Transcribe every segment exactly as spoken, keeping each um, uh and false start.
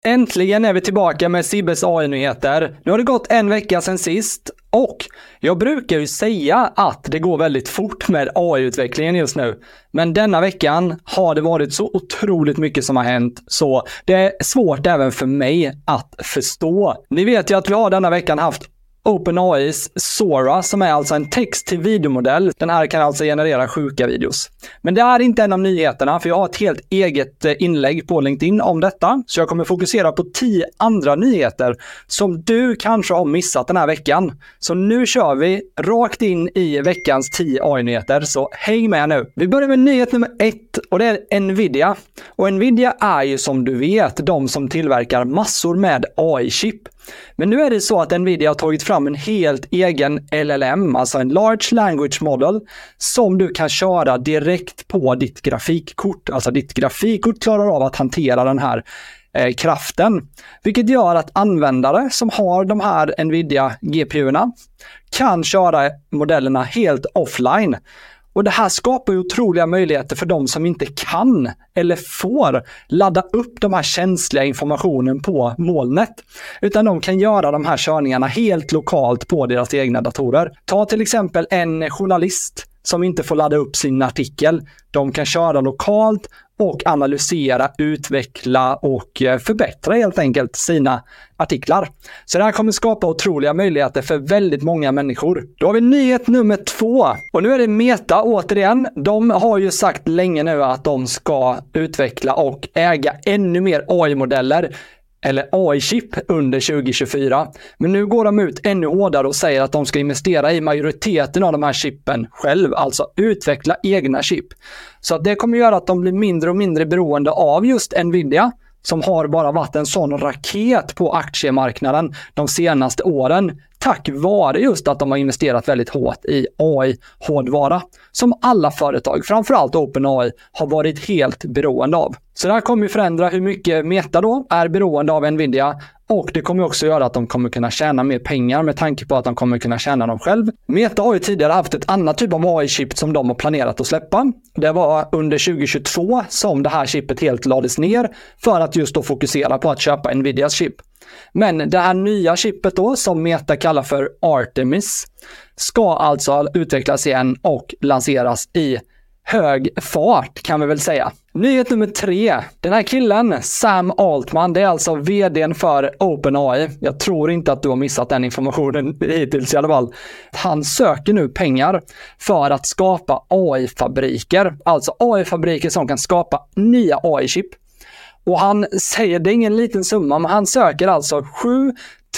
Äntligen är vi tillbaka med Sibbes A I-nyheter. Nu har det gått en vecka sedan sist och jag brukar ju säga att det går väldigt fort med A I-utvecklingen just nu. Men denna veckan har det varit så otroligt mycket som har hänt så det är svårt även för mig att förstå. Ni vet ju att vi har denna veckan haft OpenAIs Sora som är alltså en text till videomodell. Den här kan alltså generera sjuka videos. Men det är inte en av nyheterna för jag har ett helt eget inlägg på LinkedIn om detta. Så jag kommer fokusera på tio andra nyheter som du kanske har missat den här veckan. Så nu kör vi rakt in i veckans tio A I-nyheter. Så häng med nu. Vi börjar med nyhet nummer ett och det är Nvidia. Och Nvidia är ju som du vet de som tillverkar massor med A I-chip. Men nu är det så att Nvidia har tagit fram en helt egen L L M, alltså en Large Language Model, som du kan köra direkt på ditt grafikkort. Alltså ditt grafikkort klarar av att hantera den här eh, kraften. Vilket gör att användare som har de här Nvidia G P U-erna kan köra modellerna helt offline. Och det här skapar ju otroliga möjligheter för de som inte kan eller får ladda upp de här känsliga informationen på molnet. Utan de kan göra de här körningarna helt lokalt på deras egna datorer. Ta till exempel en journalist som inte får ladda upp sin artikel. De kan köra lokalt och analysera, utveckla och förbättra helt enkelt sina artiklar. Så det här kommer skapa otroliga möjligheter för väldigt många människor. Då har vi nyhet nummer två. Och nu är det Meta återigen. De har ju sagt länge nu att de ska utveckla och äga ännu mer A I-modeller eller A I-chip under tjugo tjugofyra. Men nu går de ut ännu hårdare och säger att de ska investera i majoriteten av de här chippen själv, alltså utveckla egna chip. Så det kommer göra att de blir mindre och mindre beroende av just Nvidia, som har bara varit en sån raket på aktiemarknaden de senaste åren tack vare just att de har investerat väldigt hårt i A I-hårdvara som alla företag, framförallt OpenAI, har varit helt beroende av. Så det här kommer ju förändra hur mycket Meta då är beroende av Nvidia och det kommer också göra att de kommer kunna tjäna mer pengar med tanke på att de kommer kunna tjäna dem själv. Meta har ju tidigare haft ett annat typ av A I-chip som de har planerat att släppa. Det var under tjugo tjugotvå som det här chipet helt lades ner för att just då fokusera på att köpa Nvidias chip. Men det här nya chippet då som Meta kallar för Artemis ska alltså utvecklas igen och lanseras i hög fart kan vi väl säga. Nyhet nummer tre. Den här killen, Sam Altman, det är alltså vdn för OpenAI. Jag tror inte att du har missat den informationen hittills i alla fall. Han söker nu pengar för att skapa A I-fabriker. Alltså A I-fabriker som kan skapa nya A I-chip. Och han säger, det är ingen liten summa, men han söker alltså sju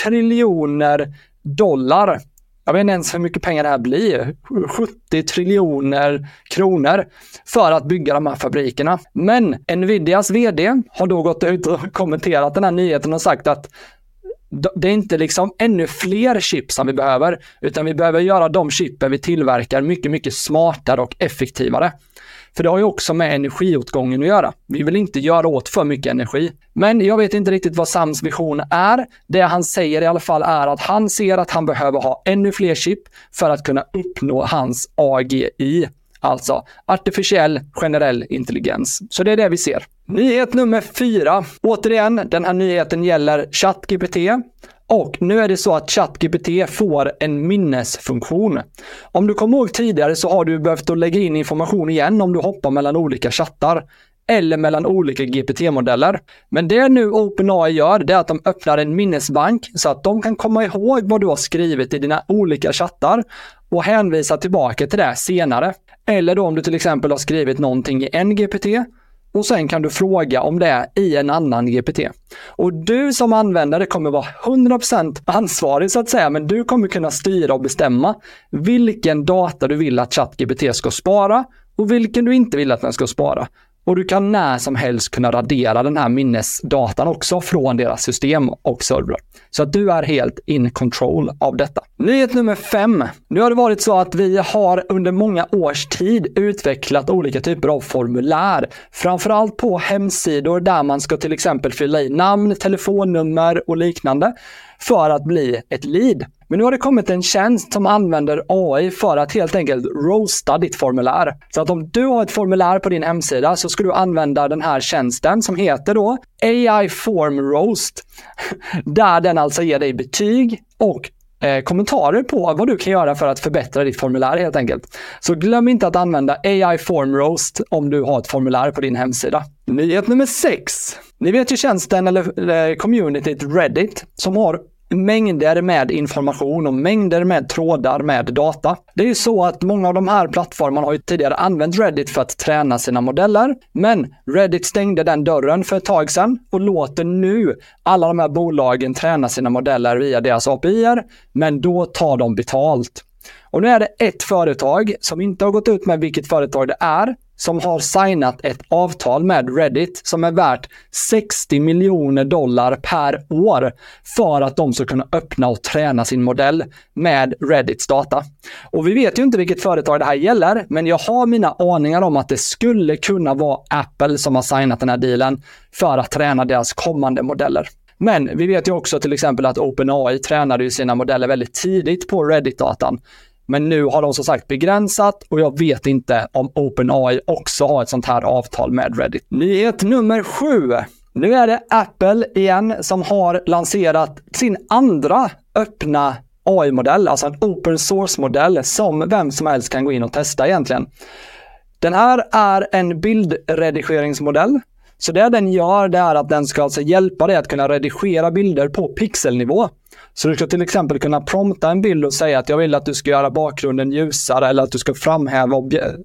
triljoner dollar. Jag vet inte ens hur mycket pengar det här blir. sjuttio triljoner kronor för att bygga de här fabrikerna. Men Nvidias vd har då gått ut och kommenterat den här nyheten och sagt att det är inte liksom ännu fler chip som vi behöver, utan vi behöver göra de chippen vi tillverkar mycket, mycket smartare och effektivare. För det har ju också med energiåtgången att göra. Vi vill inte göra åt för mycket energi. Men jag vet inte riktigt vad Sams vision är. Det han säger i alla fall är att han ser att han behöver ha ännu fler chip för att kunna uppnå hans A G I. Alltså artificiell generell intelligens. Så det är det vi ser. Nyhet nummer fyra. Återigen, den här nyheten gäller ChatGPT. Och nu är det så att ChatGPT får en minnesfunktion. Om du kommer ihåg tidigare så har du behövt att lägga in information igen om du hoppar mellan olika chattar eller mellan olika G P T-modeller. Men det nu OpenAI gör, det är att de öppnar en minnesbank så att de kan komma ihåg vad du har skrivit i dina olika chattar och hänvisa tillbaka till det senare. Eller då om du till exempel har skrivit någonting i en G P T och sen kan du fråga om det är i en annan G P T. Och du som användare kommer vara hundra procent ansvarig så att säga, men du kommer kunna styra och bestämma vilken data du vill att ChatGPT ska spara och vilken du inte vill att den ska spara. Och du kan när som helst kunna radera den här minnesdatan också från deras system och servrar. Så att du är helt in control av detta. Nyhet nummer fem. Nu har det varit så att vi har under många års tid utvecklat olika typer av formulär. Framförallt på hemsidor där man ska till exempel fylla i namn, telefonnummer och liknande för att bli ett lead. Men nu har det kommit en tjänst som använder A I för att helt enkelt roasta ditt formulär. Så att om du har ett formulär på din hemsida så ska du använda den här tjänsten som heter då A I Form Roast. Där den alltså ger dig betyg och eh, kommentarer på vad du kan göra för att förbättra ditt formulär helt enkelt. Så glöm inte att använda A I Form Roast om du har ett formulär på din hemsida. Nyhet nummer sex. Ni vet ju tjänsten eller, eller communityt Reddit som har mängder med information och mängder med trådar med data. Det är ju så att många av de här plattformarna har ju tidigare använt Reddit för att träna sina modeller, men Reddit stängde den dörren för ett tag sedan och låter nu alla de här bolagen träna sina modeller via deras A P I-er, men då tar de betalt. Och nu är det ett företag som inte har gått ut med vilket företag det är, som har signat ett avtal med Reddit som är värt sextio miljoner dollar per år för att de ska kunna öppna och träna sin modell med Reddits data. Och vi vet ju inte vilket företag det här gäller, men jag har mina aningar om att det skulle kunna vara Apple som har signat den här dealen för att träna deras kommande modeller. Men vi vet ju också till exempel att OpenAI tränade ju sina modeller väldigt tidigt på Reddit-datan. Men nu har de som sagt begränsat och jag vet inte om OpenAI också har ett sånt här avtal med Reddit. Nyhet nummer sju. Nu är det Apple igen som har lanserat sin andra öppna A I-modell, alltså en open source-modell som vem som helst kan gå in och testa egentligen. Den här är en bildredigeringsmodell. Så det den gör det är att den ska alltså hjälpa dig att kunna redigera bilder på pixelnivå. Så du ska till exempel kunna prompta en bild och säga att jag vill att du ska göra bakgrunden ljusare eller att du ska framhäva obje-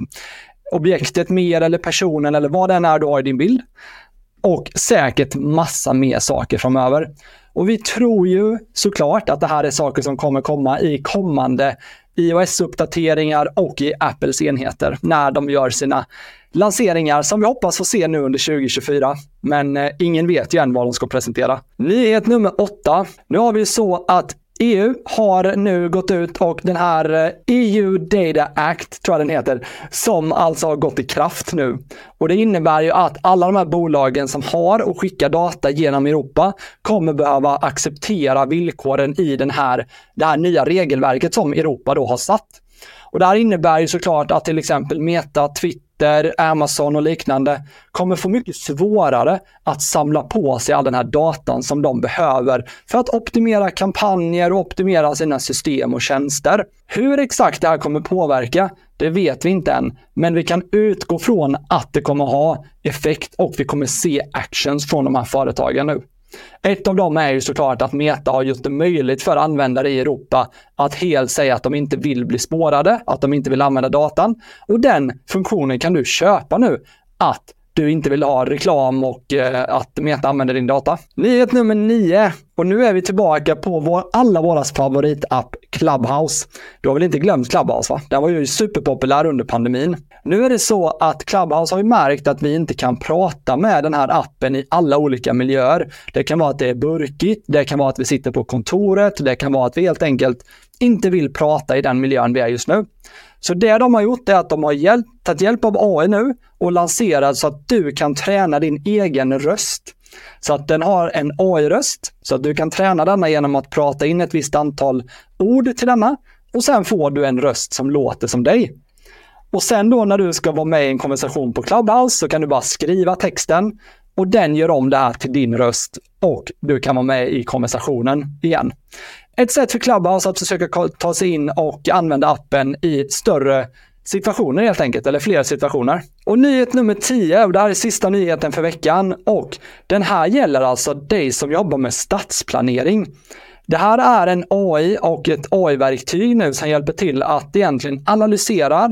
objektet mer eller personen eller vad den är du har i din bild. Och säkert massa mer saker framöver. Och vi tror ju såklart att det här är saker som kommer komma i kommande iOS-uppdateringar och i Apples enheter när de gör sina lanseringar som vi hoppas få se nu under tjugo tjugofyra. Men eh, ingen vet ju än vad de ska presentera. Nyhet nummer åtta. Nu har vi så att E U har nu gått ut och den här E U Data Act, tror jag den heter, som alltså har gått i kraft nu. Och det innebär ju att alla de här bolagen som har och skickar data genom Europa kommer behöva acceptera villkoren i den här, det här nya regelverket som Europa då har satt. Och det här innebär ju såklart att till exempel Meta, Twitter, Amazon och liknande kommer få mycket svårare att samla på sig all den här datan som de behöver för att optimera kampanjer och optimera sina system och tjänster. Hur exakt det här kommer påverka, det vet vi inte än. Men vi kan utgå från att det kommer ha effekt och vi kommer se actions från de här företagen nu. Ett av dem är ju såklart att Meta har gjort det möjligt för användare i Europa att helt säga att de inte vill bli spårade, att de inte vill använda datan. Och den funktionen kan du köpa nu, att du inte vill ha reklam och eh, att Meta använder din data. Nyhet nummer nio. Och nu är vi tillbaka på vår, alla våras favoritapp Clubhouse. Du har väl inte glömt Clubhouse, va? Den var ju superpopulär under pandemin. Nu är det så att Clubhouse har ju märkt att vi inte kan prata med den här appen i alla olika miljöer. Det kan vara att det är burkigt, det kan vara att vi sitter på kontoret, det kan vara att vi helt enkelt inte vill prata i den miljön vi är just nu. Så det de har gjort är att de har hjälp, tagit hjälp av A I nu och lanserat så att du kan träna din egen röst. Så att den har en A I-röst så att du kan träna denna genom att prata in ett visst antal ord till denna och sen får du en röst som låter som dig. Och sen då när du ska vara med i en konversation på Clubhouse så kan du bara skriva texten och den gör om det här till din röst och du kan vara med i konversationen igen. Ett sätt för Clubhouse att försöka ta sig in och använda appen i större situationer helt enkelt, eller flera situationer. Och nyhet nummer tio, och det här är sista nyheten för veckan, och den här gäller alltså dig som jobbar med stadsplanering. Det här är en A I och ett A I-verktyg nu som hjälper till att egentligen analysera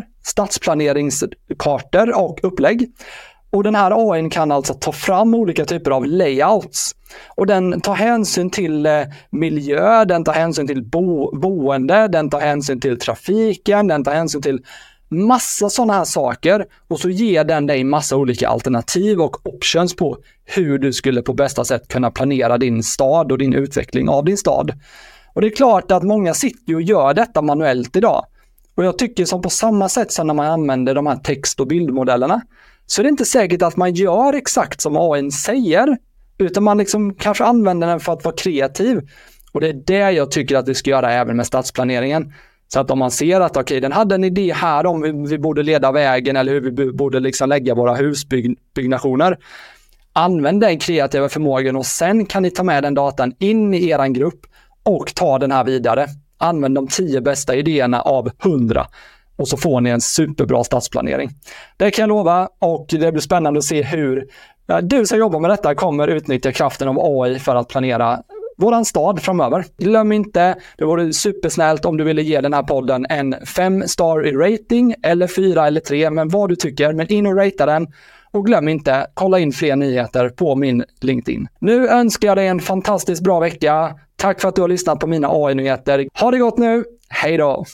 stadsplaneringskartor och upplägg. Och den här A I kan alltså ta fram olika typer av layouts. Och den tar hänsyn till eh, miljö, den tar hänsyn till bo- boende, den tar hänsyn till trafiken, den tar hänsyn till massa sådana här saker. Och så ger den dig massa olika alternativ och options på hur du skulle på bästa sätt kunna planera din stad och din utveckling av din stad. Och det är klart att många sitter och gör detta manuellt idag. Och jag tycker som på samma sätt som när man använder de här text- och bildmodellerna så är det inte säkert att man gör exakt som A I säger, utan man liksom kanske använder den för att vara kreativ Och det är det jag tycker att vi ska göra även med stadsplaneringen. Så att om man ser att okej, okay, den hade en idé här om hur vi borde leda vägen eller hur vi borde liksom lägga våra husbyggnationer. Använd den kreativa förmågan och sen kan ni ta med den datan in i eran grupp och ta den här vidare. Använd de tio bästa idéerna av hundra och så får ni en superbra stadsplanering. Det kan jag lova, och det blir spännande att se hur du som jobbar med detta kommer utnyttja kraften av A I för att planera våran stad framöver. Glöm inte, det vore supersnällt om du ville ge den här podden en fem star i rating eller fyra eller tre, men vad du tycker, men in och ratea den. Och glöm inte, kolla in fler nyheter på min LinkedIn. Nu önskar jag dig en fantastiskt bra vecka. Tack för att du har lyssnat på mina A I-nyheter. Ha det gott nu, hej då!